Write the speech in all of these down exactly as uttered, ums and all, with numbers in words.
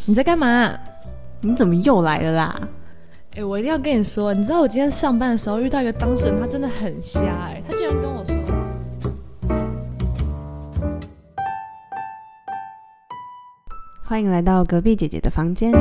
你在干嘛？ 你怎么又来了啦？ 哎、欸，我一定要跟你说，你知道我今天上班的时候遇到一个当事人，他真的很瞎哎、欸，他居然跟我说， 欢迎来到隔壁姐姐的房间。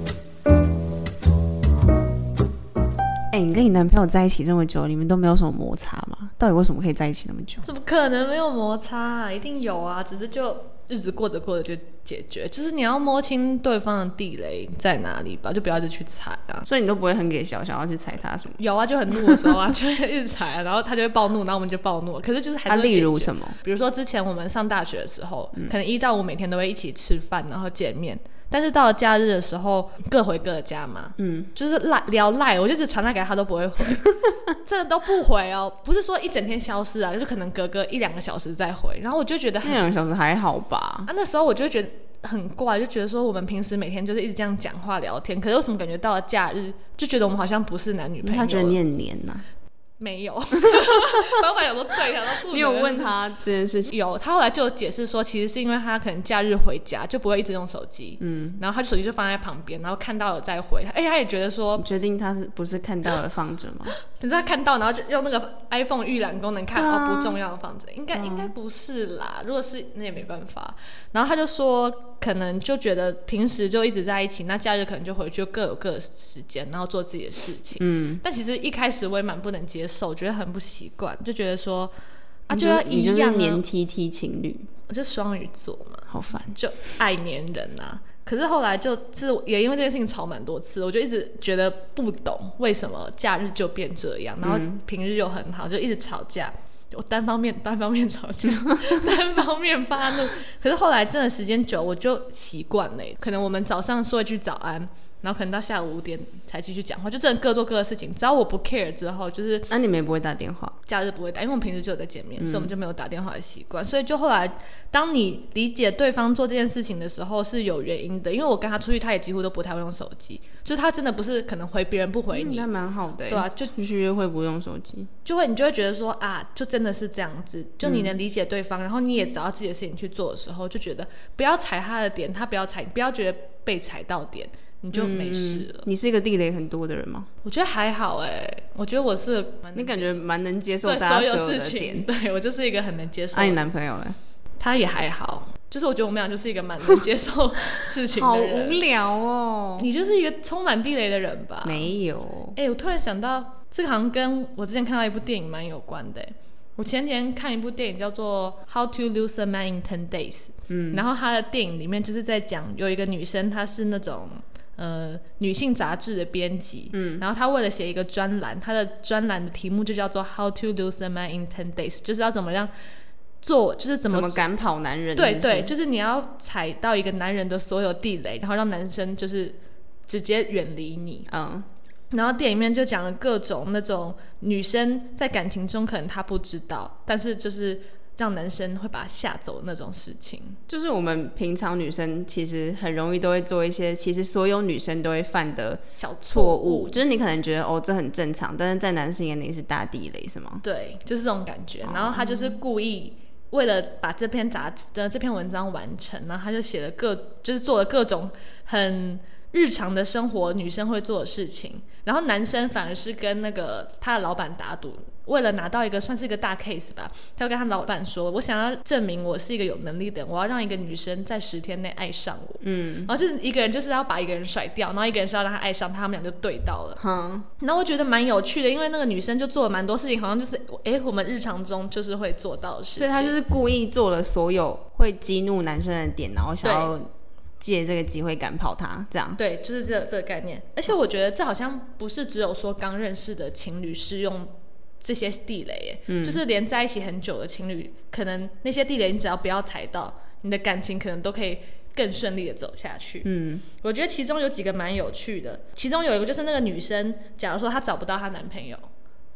哎、欸，你跟你男朋友在一起这么久，你们都没有什么摩擦吗？到底为什么可以在一起那么久？ 怎么可能没有摩擦啊？一定有啊，只是就日子过着过着就解决，就是你要摸清对方的地雷在哪里吧，就不要一直去踩啊。 所以你都不会很给小，想要去踩他什么？ 有啊，就很怒的时候啊，就会一直踩啊，然后他就会暴怒，然后我们就暴怒。可是就是还是会解决。 啊，例如什么？ 比如说之前我们上大学的时候，嗯、可能一到五每天都会一起吃饭，然后见面。但是到了假日的时候，各回各的家嘛，嗯，就是赖聊赖，我就只传赖给他，他都不会回，真的都不回哦，不是说一整天消失啊，就可能隔个一两个小时再回，然后我就觉得一两个小时还好吧， 啊，那时候我就觉得很怪，就觉得说我们平时每天就是一直这样讲话聊天，可是为什么感觉到了假日就觉得我们好像不是男女朋友了？ 他觉得你很黏呐、啊。 没有，老板有都对他都不。 你有问他这件事情？ 有，他后来就解释说，其实是因为他可能假日回家就不会一直用手机，嗯，然后他手机就放在旁边，然后看到了再回。哎，他也觉得说， 你确定他是不是看到了放着吗？ 等他看到，然后就用那个 iPhone 预览功能看，啊、哦，不重要的放着，应该、嗯、应该不是啦。如果是，那也没办法。然后他就说，可能就觉得平时就一直在一起，那假日可能就回去，就各有各的时间，然后做自己的事情。嗯，但其实一开始我也蛮不能接受，觉得很不习惯，就觉得说啊，就要一样、啊、 你就是黏 T T 情侣， 我就双鱼座嘛， 好烦， 就爱黏人啊。可是后来就是也因为这件事情吵蛮多次，我就一直觉得不懂为什么假日就变这样，然后平日又很好，就一直吵架。我单方面单方面吵架，单方面发怒。可是后来真的时间久，我就习惯了。可能我们早上说一句早安，然后可能到下午五点才继续讲话，就真的各做各的事情。只要我不 care 之后，就是那、啊、你们也不会打电话， 假日不会打，因为我们平时就有在见面，嗯、所以我们就没有打电话的习惯。所以就后来，当你理解对方做这件事情的时候是有原因的，因为我跟他出去，他也几乎都不太会用手机，就是他真的不是可能回别人不回你， 那、嗯、蛮好的， 对啊，就出去约会不用手机， 就会你就会觉得说啊，就真的是这样子，就你能理解对方，嗯、然后你也找到自己的事情去做的时候，就觉得不要踩他的点，他不要踩，不要觉得被踩到点。你就没事了、嗯。 你是一个地雷很多的人吗？ 我觉得还好哎、欸，我觉得我是蛮你感觉蛮能接受大家所有的点。 对，我就是一个很能接受。 那、啊、你男朋友呢？ 他也还好，就是我觉得我们俩就是一个蛮能接受事情的人。 好无聊哦！ 你就是一个充满地雷的人吧？ 没有。 哎、欸，我突然想到，这个好像跟我之前看到一部电影蛮有关的、欸。我前天看一部电影叫做《How to Lose a Man in Ten Days》，嗯，然后他的电影里面就是在讲有一个女生，她是那种。呃，女性杂志的编辑，嗯，然后她为了写一个专栏，她的专栏的题目就叫做 How to Lose a Man in Ten Days， 就是要怎么样做，就是怎么怎么赶跑男人， 对对，就是你要踩到一个男人的所有地雷，然后让男生就是直接远离你，嗯。然后电影里面就讲了各种那种女生在感情中可能她不知道，但是就是让男生会把他吓走的那种事情， 就是我们平常女生其实很容易都会做一些其实所有女生都会犯的小错误，就是你可能觉得哦这很正常，但是在男生眼里是大地雷，是吗？ 对，就是这种感觉。然后他就是故意为了把这篇杂志的这篇文章完成，然后他就写了各就是做了各种很日常的生活女生会做的事情，然后男生反而是跟那个他的老板打赌。为了拿到一个算是一个大 case 吧，他要跟他老板说，我想要证明我是一个有能力的人，我要让一个女生在十天内爱上我。嗯，然后就是一个人就是要把一个人甩掉，然后一个人是要让他爱上他，他们俩就对到了。嗯，然后我觉得蛮有趣的，因为那个女生就做了蛮多事情，好像就是哎我们日常中就是会做到的事情， 所以他就是故意做了所有会激怒男生的点，然后想要借这个机会赶跑他，这样。 对，就是这个、这个概念。而且我觉得这好像不是只有说刚认识的情侣适用。这些地雷耶、嗯，就是连在一起很久的情侣，可能那些地雷你只要不要踩到，你的感情可能都可以更顺利的走下去。嗯，我觉得其中有几个蛮有趣的，其中有一个就是那个女生，假如说她找不到她男朋友，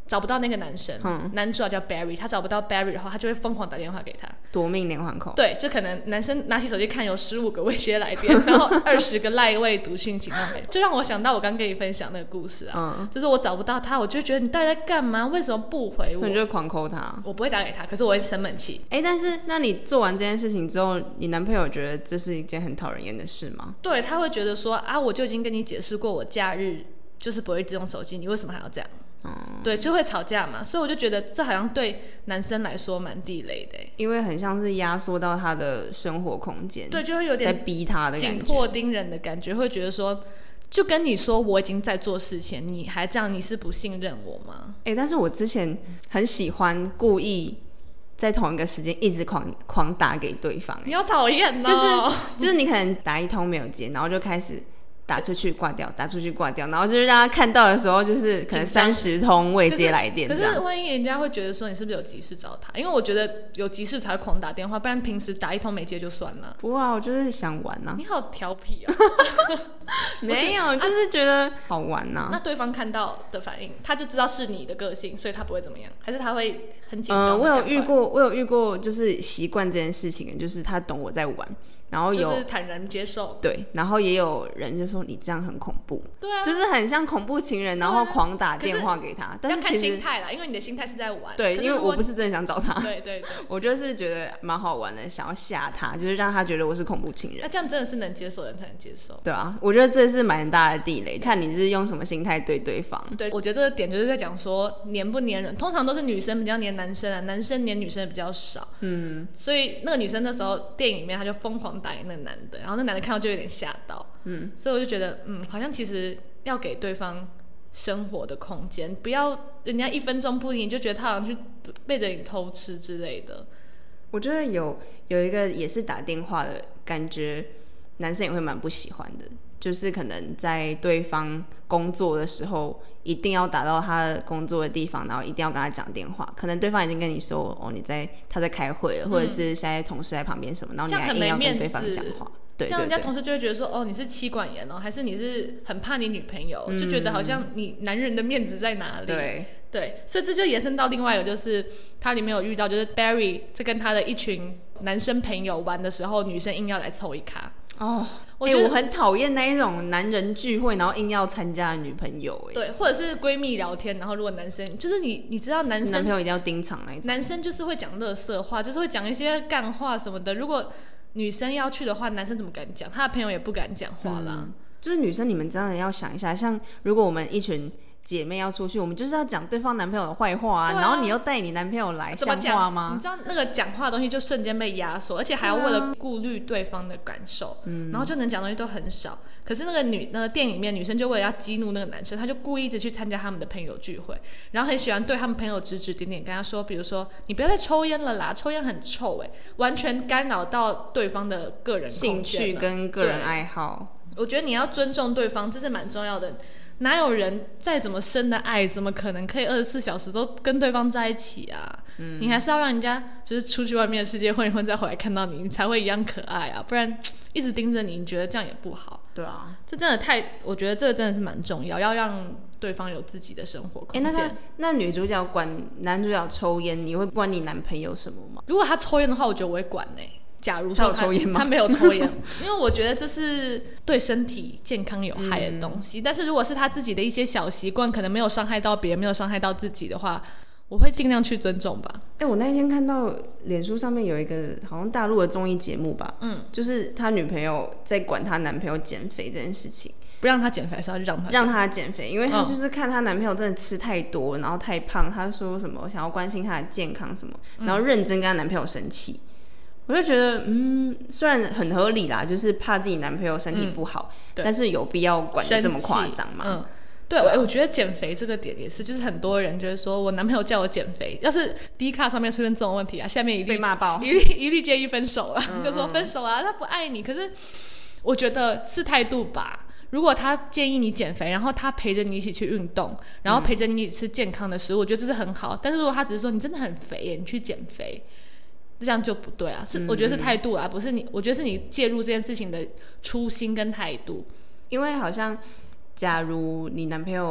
找不到那个男生， 嗯， 男主角叫 Barry， 他找不到 Barry 的话，他就会疯狂打电话给他， 夺命连环扣。 对，就可能男生拿起手机看有十五个未接来电，然后二十个赖未读讯息那种感觉，就让我想到我刚跟你分享那个故事啊，嗯，就是我找不到他，我就觉得你到底在干嘛？为什么不回我？ 所以你就会狂扣他。 我不会打给他，可是我会生闷气。 哎、欸，但是那你做完这件事情之后，你男朋友觉得这是一件很讨人厌的事吗？ 对，他会觉得说啊，我就已经跟你解释过，我假日就是不会自用手机，你为什么还要这样？嗯，对，就会吵架嘛，所以我就觉得这好像对男生来说蛮地雷的， 因为很像是压缩到他的生活空间， 对，就会有点在逼他的紧迫盯人的感觉，会觉得说，就跟你说我已经在做事前，你还这样，你是不信任我吗？ 哎、欸，但是我之前很喜欢故意在同一个时间一直狂狂打给对方， 你好讨厌哦， 就是就是你可能打一通没有接，然后就开始打出去挂掉，打出去挂掉，然后就是让他看到的时候，就是可能三十通未接来电。 可是，可是万一人家会觉得说你是不是有急事找他？因为我觉得有急事才会狂打电话，不然平时打一通没接就算了。 不啊，我就是想玩啊。 你好调皮啊！ 没有，就是觉得好玩啊。 那对方看到的反应，他就知道是你的个性，所以他不会怎么样，还是他会很紧张？呃， 我有遇过，我有遇过，就是习惯这件事情，就是他懂我在玩。然后有就是坦然接受， 对，然后也有人就说你这样很恐怖， 对啊， 就是很像恐怖情人，然后狂打电话给他，但是要看心态啦，因为你的心态是在玩， 对，因为我不是真的想找他， 对对对， 我就是觉得蛮好玩的，想要吓他，就是让他觉得我是恐怖情人， 那这样真的是能接受的人才能接受， 对啊，我觉得这是蛮大的地雷，看你是用什么心态对对方。 对，我觉得这个点就是在讲说黏不黏人，通常都是女生比较黏男生啊，男生黏女生比较少，嗯，所以那个女生那时候电影里面她就疯狂打给那个男的。然后那男的看到就有点吓到，嗯，所以我就觉得，嗯，好像其实要给对方生活的空间，不要人家一分钟不理你就觉得他好像去背着你偷吃之类的。 我觉得有有一个也是打电话的感觉，男生也会蛮不喜欢的，就是可能在对方工作的时候，一定要打到他的工作的地方，然后一定要跟他讲电话。可能对方已经跟你说，哦，你在他在开会了，嗯，或者是现在同事在旁边什么，然后你还硬要跟对方讲话。对对对， 这样人家同事就会觉得说，哦，你是妻管严哦，还是你是很怕你女朋友，嗯，就觉得好像你男人的面子在哪里？ 对对，所以这就延伸到另外一个，就是他里面有遇到，就是 Barry 在跟他的一群男生朋友玩的时候，女生硬要来凑一咖。 哦，我觉得，欸，我很讨厌那一种男人聚会然后硬要参加的女朋友，欸， 对，或者是闺蜜聊天，然后如果男生就是你，你知道男生男朋友一定要盯场那一种， 男生就是会讲垃圾话，就是会讲一些干话什么的。如果女生要去的话，男生怎么敢讲？他的朋友也不敢讲话啦， 嗯。就是女生，你们真的要想一下，像如果我们一群姐妹要出去，我们就是要讲对方男朋友的坏话 啊, 啊，然后你又带你男朋友来，像话吗？ 你知道那个讲话的东西就瞬间被压缩，而且还要为了顾虑对方的感受，嗯，然后就能讲的东西都很少。可是那个女那个电影里面女生就为了要激怒那个男生，他就故意一直去参加他们的朋友聚会，然后很喜欢对他们朋友指指点点，跟他说，比如说你不要再抽烟了啦，抽烟很臭哎，完全干扰到对方的个人兴趣跟个人爱好。 我觉得你要尊重对方，这是蛮重要的。哪有人再怎么深的爱，怎么可能可以二十四小时都跟对方在一起啊？嗯，你还是要让人家就是出去外面的世界混一混，再回来看到你，你才会一样可爱啊！不然一直盯着你，你觉得这样也不好。 对啊， 这真的太，我觉得这个真的是蛮重要，要让对方有自己的生活空间。 欸，那那女主角管男主角抽烟，你会管你男朋友什么吗？ 如果他抽烟的话，我觉得我会管呢，欸。假如说 他, 他, 有抽烟吗？ 他没有抽烟，因为我觉得这是对身体健康有害的东西，嗯。但是如果是他自己的一些小习惯，可能没有伤害到别人，没有伤害到自己的话，我会尽量去尊重吧。 哎，欸，我那一天看到脸书上面有一个好像大陆的综艺节目吧，嗯，就是他女朋友在管他男朋友减肥这件事情。 不让他减肥，还是要让他让他减肥，因为他就是看他男朋友真的吃太多，嗯，然后太胖，他说什么想要关心他的健康什么，然后认真跟他男朋友生气。我就觉得，嗯，虽然很合理啦，就是怕自己男朋友身体不好，嗯，但是有必要管得这么夸张吗？ 嗯，对，对，啊，我觉得减肥这个点也是，就是很多人就是说我男朋友叫我减肥，要是 D 卡上面出现这种问题啊，下面一律被骂爆， 一律一律建议分手啊，嗯，就说分手啊，他不爱你。可是我觉得是态度吧。如果他建议你减肥，然后他陪着你一起去运动，然后陪着你一起吃健康的食物，嗯，我觉得这是很好。但是如果他只是说你真的很肥耶，你去减肥，这样就不对啊。是，我觉得是态度啊，不是你。我觉得是你介入这件事情的初心跟态度。 因为好像，假如你男朋友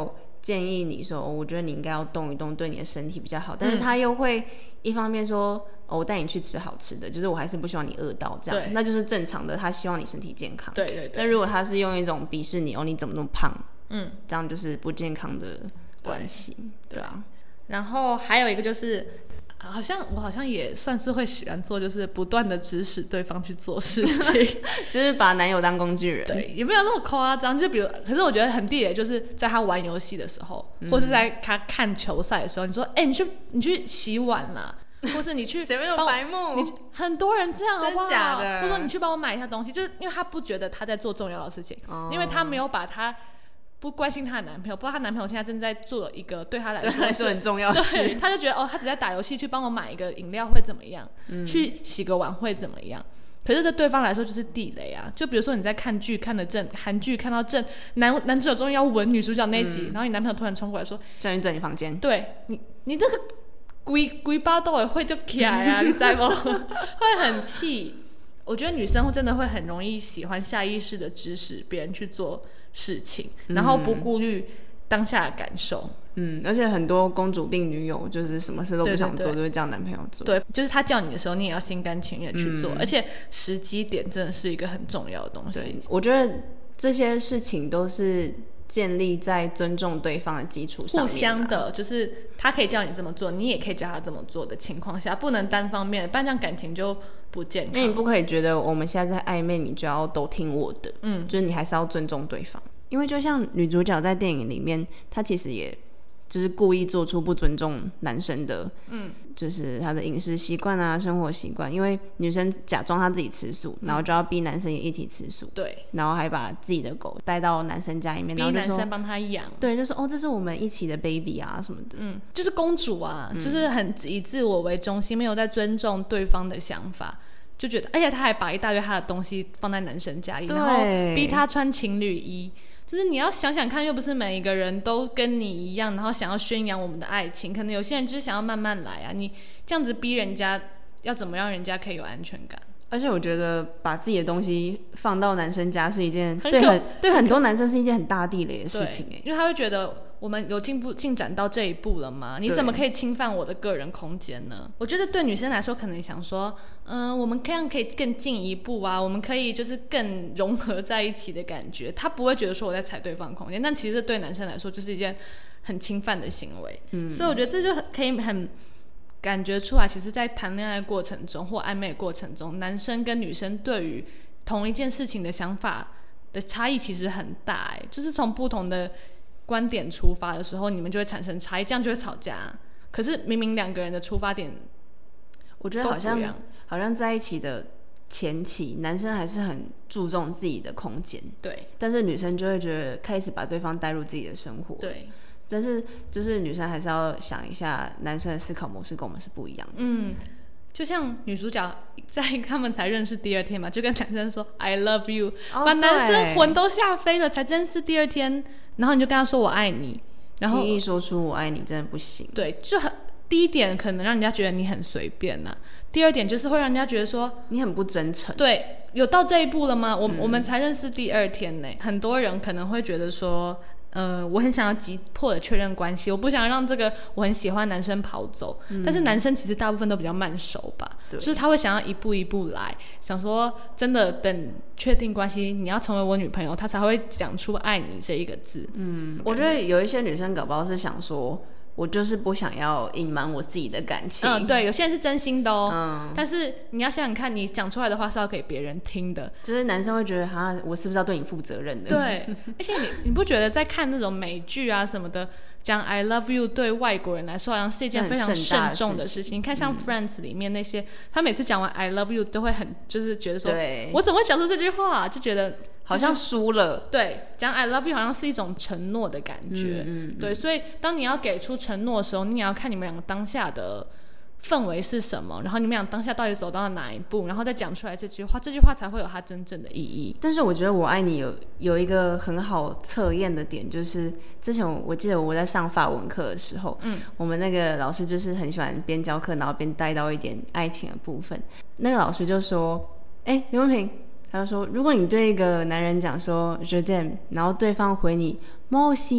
建议你说、哦、我觉得你应该要动一动，对你的身体比较好，但是他又会一方面说、哦、我带你去吃好吃的，就是我还是不希望你饿到这样，那就是正常的，他希望你身体健康。 对对对。 但如果他是用一种鄙视你，哦你怎么那么胖，嗯，这样就是不健康的关系， 对, 对啊。 然后还有一个就是好像我好像也算是会喜欢做，就是不断的指使对方去做事情就是把男友当工具人。 对，也没有那么夸张，就比如，可是我觉得很地雷，就是在他玩游戏的时候、嗯、或是在他看球赛的时候，你说哎、欸，你去你去洗碗啦，或是你去谁没有白目， 你很多人这样好不好？ 真假的？ 或者说你去帮我买一下东西，就是因为他不觉得他在做重要的事情、哦、因为他没有把他不关心她的男朋友，不知道她男朋友现在正在做一个对她来说是很重要的事， 对，她就觉得哦，他只在打游戏，去帮我买一个饮料会怎么样、嗯、去洗个碗会怎么样？可是对对方来说就是地雷啊！就比如说你在看剧看的正韩剧，看到正男男主角终于要吻女主角那一集、嗯，然后你男朋友突然冲过来说叫你整你房间， 对你你这个龟龟巴豆也会就起来啊，你知道不？会很气。我觉得女生真的会很容易喜欢下意识的指使别人去做事情，然后不顾虑当下的感受。 嗯，而且很多公主病女友就是什么事都不想做，对对对，就会叫男朋友做。 对，就是他叫你的时候，你也要心甘情愿去做、嗯，而且时机点真的是一个很重要的东西。 对，我觉得这些事情都是建立在尊重对方的基础上面， 互相的，就是他可以叫你这么做，你也可以叫他这么做的情况下，不能单方面，不然这样感情就不健康。 因为你不可以觉得我们现在在暧昧，你就要都听我的，嗯，就是你还是要尊重对方。因为就像女主角在电影里面，她其实也就是故意做出不尊重男生的，嗯，就是他的饮食习惯啊、生活习惯。因为女生假装她自己吃素、嗯，然后就要逼男生也一起吃素，对，然后还把自己的狗带到男生家里面，然后就说逼男生帮他养， 对，就说哦，这是我们一起的 baby 啊什么的， 嗯，就是公主啊，嗯、就是很以自我为中心，没有在尊重对方的想法。就觉得，而且他还把一大堆他的东西放在男生家里，然后逼他穿情侣衣。就是你要想想看，又不是每一个人都跟你一样，然后想要宣扬我们的爱情。可能有些人就是想要慢慢来啊，你这样子逼人家，要怎么让人家可以有安全感？ 而且我觉得把自己的东西放到男生家是一件很对很对很多男生是一件很大地雷的事情哎， 因为他会觉得我们有进步进展到这一步了吗？你怎么可以侵犯我的个人空间呢？我觉得对女生来说，可能想说，嗯、呃，我们这样可以更进一步啊，我们可以就是更融合在一起的感觉。他不会觉得说我在踩对方的空间，但其实对男生来说就是一件很侵犯的行为。嗯，所以我觉得这就可以很感觉出来，其实在谈恋爱过程中或暧昧过程中，男生跟女生对于同一件事情的想法的差异其实很大，哎，就是从不同的观点出发的时候，你们就会产生差异，这样就会吵架。可是明明两个人的出发点， 我觉得好像好像在一起的前期，男生还是很注重自己的空间，对，但是女生就会觉得开始把对方带入自己的生活，对。但是就是女生还是要想一下，男生的思考模式跟我们是不一样的。嗯， 就像女主角在他们才认识第二天嘛，就跟男生说 I love you，哦，把男生魂都吓飞了，才认识第二天，然后你就跟他说我爱你，然后轻易说出我爱你真的不行。 对，就很第一点可能让人家觉得你很随便啊，第二点就是会让人家觉得说你很不真诚。 对，有到这一步了吗？我、嗯、我们才认识第二天呢，很多人可能会觉得说呃，我很想要急迫的确认关系，我不想让这个我很喜欢的男生跑走，嗯，但是男生其实大部分都比较慢熟吧，就是他会想要一步一步来，想说真的等确定关系你要成为我女朋友，他才会讲出爱你这一个字。 嗯，我觉得有一些女生搞不好是想说我就是不想要隐瞒我自己的感情。 嗯，对，有些人是真心的哦，嗯，但是你要想想看，你讲出来的话是要给别人听的， 就是男生会觉得哈，我是不是要对你负责任的？ 对，而且你你不觉得在看那种美剧啊什么的，讲 I love you 对外国人来说好像是一件非常慎重的事情。你看像 Friends 里面那些，嗯，他每次讲完 I love you 都会很就是觉得说，我怎么会讲出这句话，就觉得好像输了。 对，讲 I love you 好像是一种承诺的感觉。嗯嗯嗯，对，所以当你要给出承诺的时候，你也要看你们两个当下的氛围是什么，然后你们俩当下到底走到了哪一步，然后再讲出来这句话，这句话才会有它真正的意义。 但是我觉得我爱你有有一个很好测验的点，就是之前我记得我在上法文课的时候，嗯，我们那个老师就是很喜欢边教课然后边带到一点爱情的部分。那个老师就说，哎，刘文平，他就说，如果你对一个男人讲说 je t'aime， 然后对方回你 moi aussi，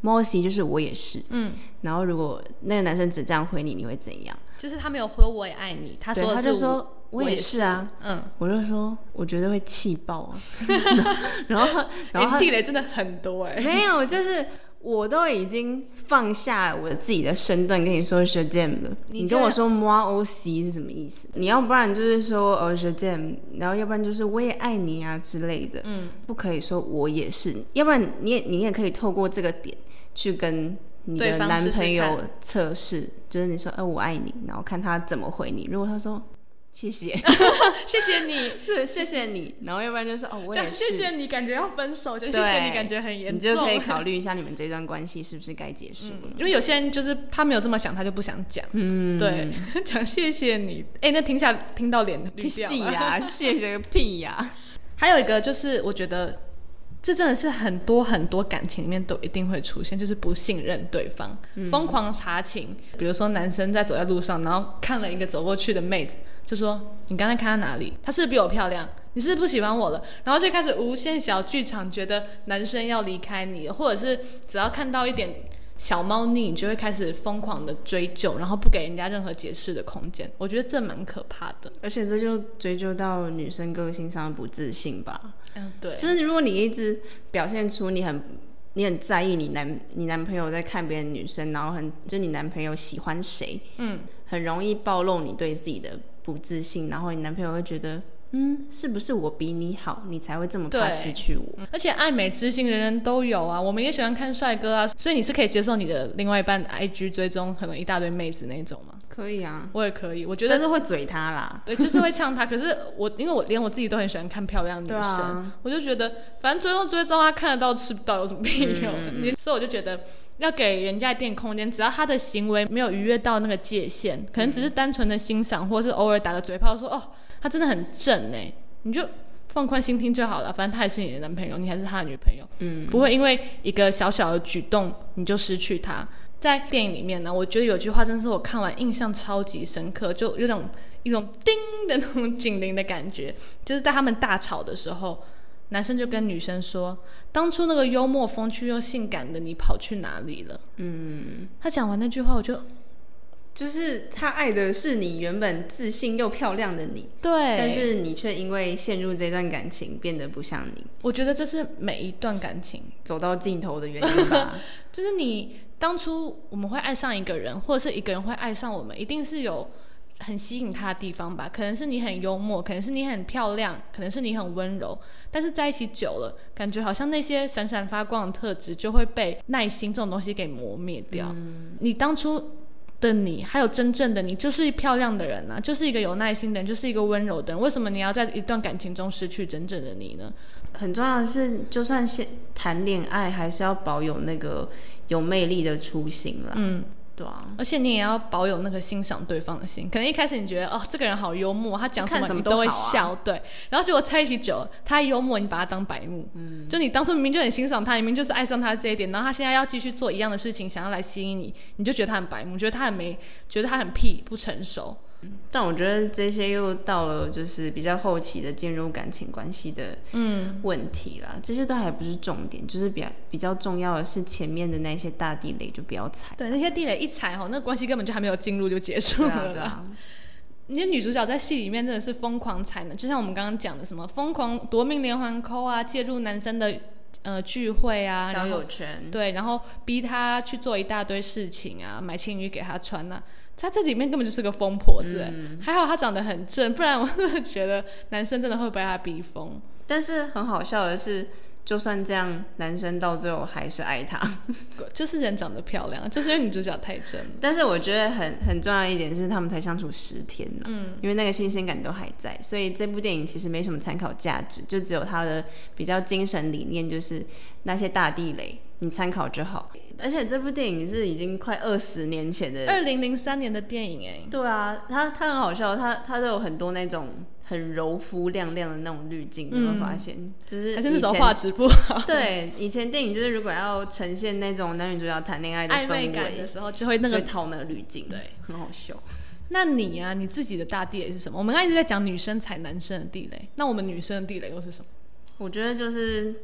moi aussi 就是我也是， 嗯， 然后如果那个男生只这样回你，你会怎样？ 就是他没有说我也爱你，他说的是他就说我也是啊， 嗯， 我就说我绝对会气爆啊，然后然后、 欸、地雷真的很多哎、欸， 没有，就是我都已经放下我自己的身段跟你说 je t'aime 了，你跟我说 moi aussi 是什么意思？你要不然就是说哦 je t'aime， 然后要不然就是我也爱你啊之类的，嗯，不可以说我也是，要不然你也你也可以透过这个点去跟你的男朋友测试，就是你说哎、呃、我爱你，然后看他怎么回你，如果他说谢谢谢谢你， 对，谢谢你，然后要不然就是哦我也是， 谢谢你感觉要分手，就谢谢你感觉很严重， 你就可以考虑一下你们这段关系是不是该结束了、嗯、 因为有些人就是他没有这么想，他就不想讲，嗯，对，讲谢谢你，哎、欸，那听下听到脸绿掉了， 呀，谢谢个屁呀！ 还有一个就是我觉得这真的是很多很多感情里面都一定会出现，就是不信任对方，疯、嗯、狂查情。比如说男生在走在路上，然后看了一个走过去的妹子，就说你刚才看她哪里？她是不是比我漂亮？你是不是不喜欢我了？然后就开始无限小剧场，觉得男生要离开你了，或者是只要看到一点小猫腻，你就会开始疯狂的追究，然后不给人家任何解释的空间。我觉得这蛮可怕的， 而且这就追究到女生个性上的不自信吧。 嗯，对， 就是如果你一直表现出你很你很在意你男你男朋友在看别的女生，然后很就你男朋友喜欢谁，嗯，很容易暴露你对自己的不自信，然后你男朋友会觉得。嗯，是不是我比你好，你才会这么怕失去我？ 而且爱美之心人人都有啊，我们也喜欢看帅哥啊，所以你是可以接受你的另外一半 I G 追踪可能一大堆妹子那种吗？ 可以啊， 我也可以，我觉得但是会嘴他啦， 对，就是会呛他。可是我因为我连我自己都很喜欢看漂亮女生，啊、我就觉得反正追踪追踪他看得到吃不到有什么屁用？嗯、所以我就觉得要给人家一点空间，只要他的行为没有逾越到那个界限，可能只是单纯的欣赏，或者是偶尔打个嘴炮说哦。他真的很正哎、欸，你就放宽心听就好了。反正他也是你的男朋友，你还是他的女朋友，嗯，不会因为一个小小的举动你就失去他。在电影里面呢，我觉得有句话真的是我看完印象超级深刻，就有种一种叮的那种警铃的感觉。就是在他们大吵的时候，男生就跟女生说：“当初那个幽默风趣又性感的你跑去哪里了？”嗯，他讲完那句话，我就。 就是他爱的是你原本自信又漂亮的你， 对， 但是你却因为陷入这段感情变得不像你。 我觉得这是每一段感情走到尽头的原因吧。 就是你当初我们会爱上一个人，或者是一个人会爱上我们，一定是有很吸引他的地方吧？可能是你很幽默，可能是你很漂亮，可能是你很温柔，但是在一起久了，感觉好像那些闪闪发光的特质就会被耐心这种东西给磨灭掉。嗯、你当初。的你还有真正的你就是漂亮的人啊，就是一个有耐心的人，就是一个温柔的人，为什么你要在一段感情中失去真正的你呢？ 很重要的是就算是谈恋爱还是要保有那个有魅力的初心啦。嗯，对啊， 而且你也要保有那个欣赏对方的心。可能一开始你觉得哦，这个人好幽默，他讲什么你都会笑，啊、对。然后结果在一起久了，他幽默，你把他当白目。嗯，就你当初明明就很欣赏他，明明就是爱上他这一点，然后他现在要继续做一样的事情，想要来吸引你，你就觉得他很白目，觉得他很没，觉得他很屁，不成熟。 但我觉得这些又到了就是比较后期的进入感情关系的问题啦、嗯，这些都还不是重点，就是比较比较重要的是前面的那些大地雷就不要踩。 对，那些地雷一踩吼，那个关系根本就还没有进入就结束了。对啊，对啊。那些女主角在戏里面真的是疯狂踩呢，就像我们刚刚讲的什么疯狂夺命连环扣啊，介入男生的呃聚会啊， 交友圈， 对，然后逼他去做一大堆事情啊，买情侣给他穿啊。他这里面根本就是个疯婆子、嗯、还好他长得很正，不然我真的觉得男生真的会被他逼疯。 但是很好笑的是，就算这样，男生到最后还是爱他， 就是人长得漂亮，就是因为女主角太正了。 但是我觉得很很重要一点是，他们才相处十天呢、嗯，因为那个新鲜感都还在，所以这部电影其实没什么参考价值，就只有它的比较精神理念，就是那些大地雷你参考就好。而且这部电影是已经快二十年前的， 二零零三年的电影哎。 对啊，它它很好笑，它它都有很多那种很柔肤亮亮的那种滤镜，你有没有发现？嗯、就是还是那时候画质不好。 对，以前电影就是如果要呈现那种男女主角谈恋爱的氛围暧昧感的时候，就会那个就会套那个滤镜，对，很好笑。 那你啊，你自己的大地雷是什么？我们刚才一直在讲女生踩男生的地雷，那我们女生的地雷又是什么？ 我觉得就是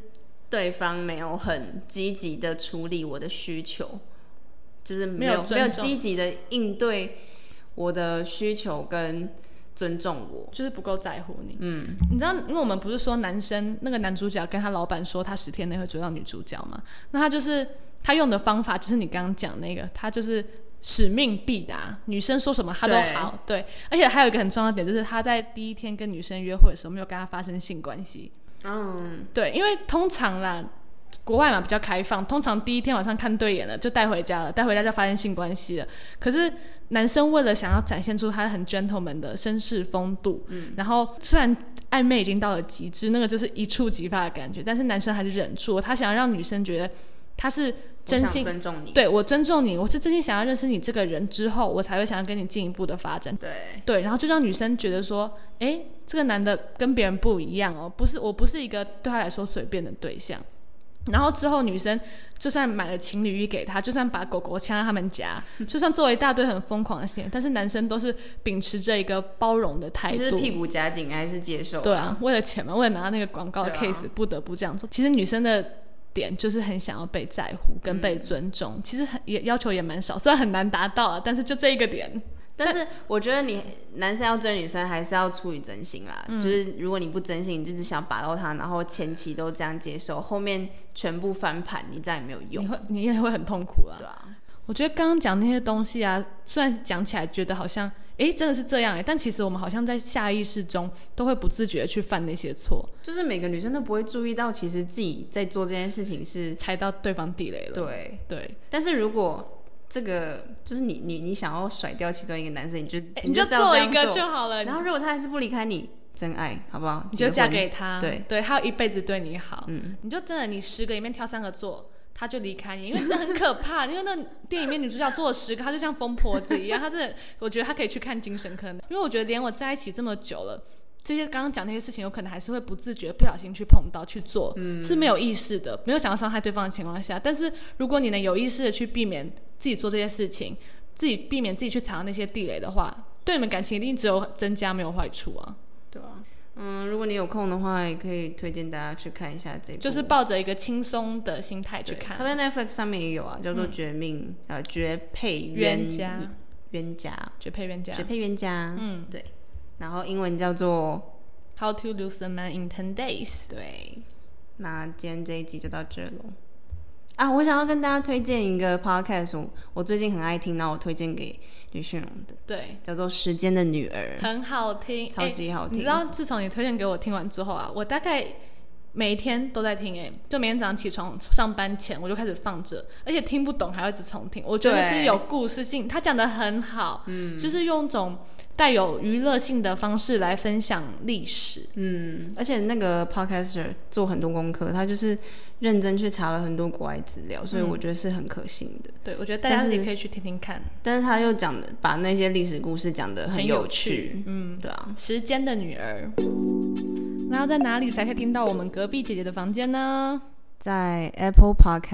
对方没有很积极的处理我的需求，就是没有没有积极的应对我的需求跟尊重我， 就是不够在乎你。嗯，你知道，因为我们不是说男生那个男主角跟他老板说他十天内会追到女主角嘛？那他就是他用的方法就是你刚刚讲那个，他就是使命必达，女生说什么他都好。 对, 对，而且还有一个很重要的点，就是他在第一天跟女生约会的时候没有跟他发生性关系。嗯，对，因为通常啦，国外嘛比较开放，通常第一天晚上看对眼了就带回家了，带回家就发生性关系了。可是男生为了想要展现出他很 gentleman 的绅士风度，嗯，然后虽然暧昧已经到了极致，那个就是一触即发的感觉，但是男生还是忍住，他想要让女生觉得他是真心， 我想尊重你， 对，我尊重你，我是真心想要认识你这个人之后，我才会想要跟你进一步的发展。 对对，然后就让女生觉得说，哎，这个男的跟别人不一样哦，不是，我不是一个对他来说随便的对象。然后之后女生就算买了情侣衣给他，就算把狗狗牵到他们家，就算做了一大堆很疯狂的事情，但是男生都是秉持着一个包容的态度， 就是屁股夹紧还是接受、啊、 对啊，为了钱嘛，为了拿到那个广告的 case、啊、不得不这样做。其实女生的点就是很想要被在乎跟被尊重、嗯、其实也要求也蛮少，虽然很难达到啊，但是就这一个点。 但是我觉得你男生要追女生还是要出于真心啦、嗯、就是如果你不真心，你就只想把到他，然后前期都这样接受，后面全部翻盘，你这样也没有用， 你会你也会很痛苦啊。 对啊， 我觉得刚刚讲那些东西啊，虽然讲起来觉得好像哎真的是这样哎，但其实我们好像在下意识中都会不自觉的去犯那些错， 就是每个女生都不会注意到，其实自己在做这件事情是踩到对方地雷了。 对对， 但是如果这个就是你你你想要甩掉其中一个男生，你就、欸、 你就做一个就好了。 然后如果他还是不离开你，真爱好不好？ 你就嫁给他， 对对，他要一辈子对你好。嗯，你就真的你十个里面挑三个做，他就离开你，因为真的很可怕。因为那电影里面女主角做了十个，她就像疯婆子一样。她真的，我觉得她可以去看精神科，因为我觉得连我在一起这么久了。这些刚刚讲那些事情，有可能还是会不自觉、不小心去碰到、去做、嗯，是没有意识的，没有想要伤害对方的情况下。但是如果你能有意识的去避免自己做这些事情，自己避免自己去踩到那些地雷的话，对你们感情一定只有增加，没有坏处啊。 对啊，嗯，如果你有空的话，也可以推荐大家去看一下这部， 就是抱着一个轻松的心态去看。 它在 Netflix 上面也有啊，叫做《绝命、嗯、呃绝配冤家》， 冤家， 绝配冤家， 绝配冤家，嗯，对。然后英文叫做 How to Lose a Man in ten days。 对，那今天这一集就到这了啊！我想要跟大家推荐一个 podcast， 我, 我最近很爱听，然后我推荐给吕迅荣的， 对， 叫做《时间的女儿》， 很好听， 超级好听。 你知道，自从你推荐给我听完之后啊，我大概每一天都在听，哎，就每天早上起床上班前我就开始放着，而且听不懂还要一直重听。我觉得是有故事性，他讲得很好，嗯，就是用种带有娱乐性的方式来分享历史，嗯， 而且那个 podcaster 做很多功课，他就是认真去查了很多国外资料，所以我觉得是很可信的。 对，我觉得大家也可以去听听看。 但是他又讲的把那些历史故事讲得很有趣， 很有趣，嗯， 对啊。 时间的女儿，那要在哪里才可以听到我们隔壁姐姐的房间呢？ 在 Apple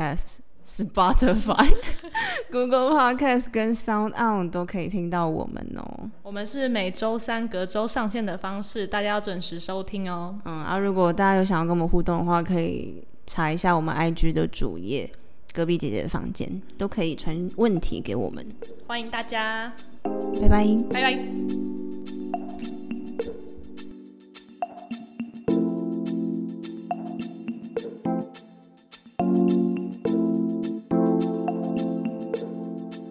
Podcast、Spotify、Google Podcast 跟 Sound On 都可以听到我们哦。 我们是每周三隔周上线的方式，大家要准时收听哦。 嗯，啊，如果大家有想要跟我们互动的话，可以查一下我们 I G 的主页，隔壁姐姐的房间，都可以传问题给我们。 欢迎大家， 拜拜， 拜拜。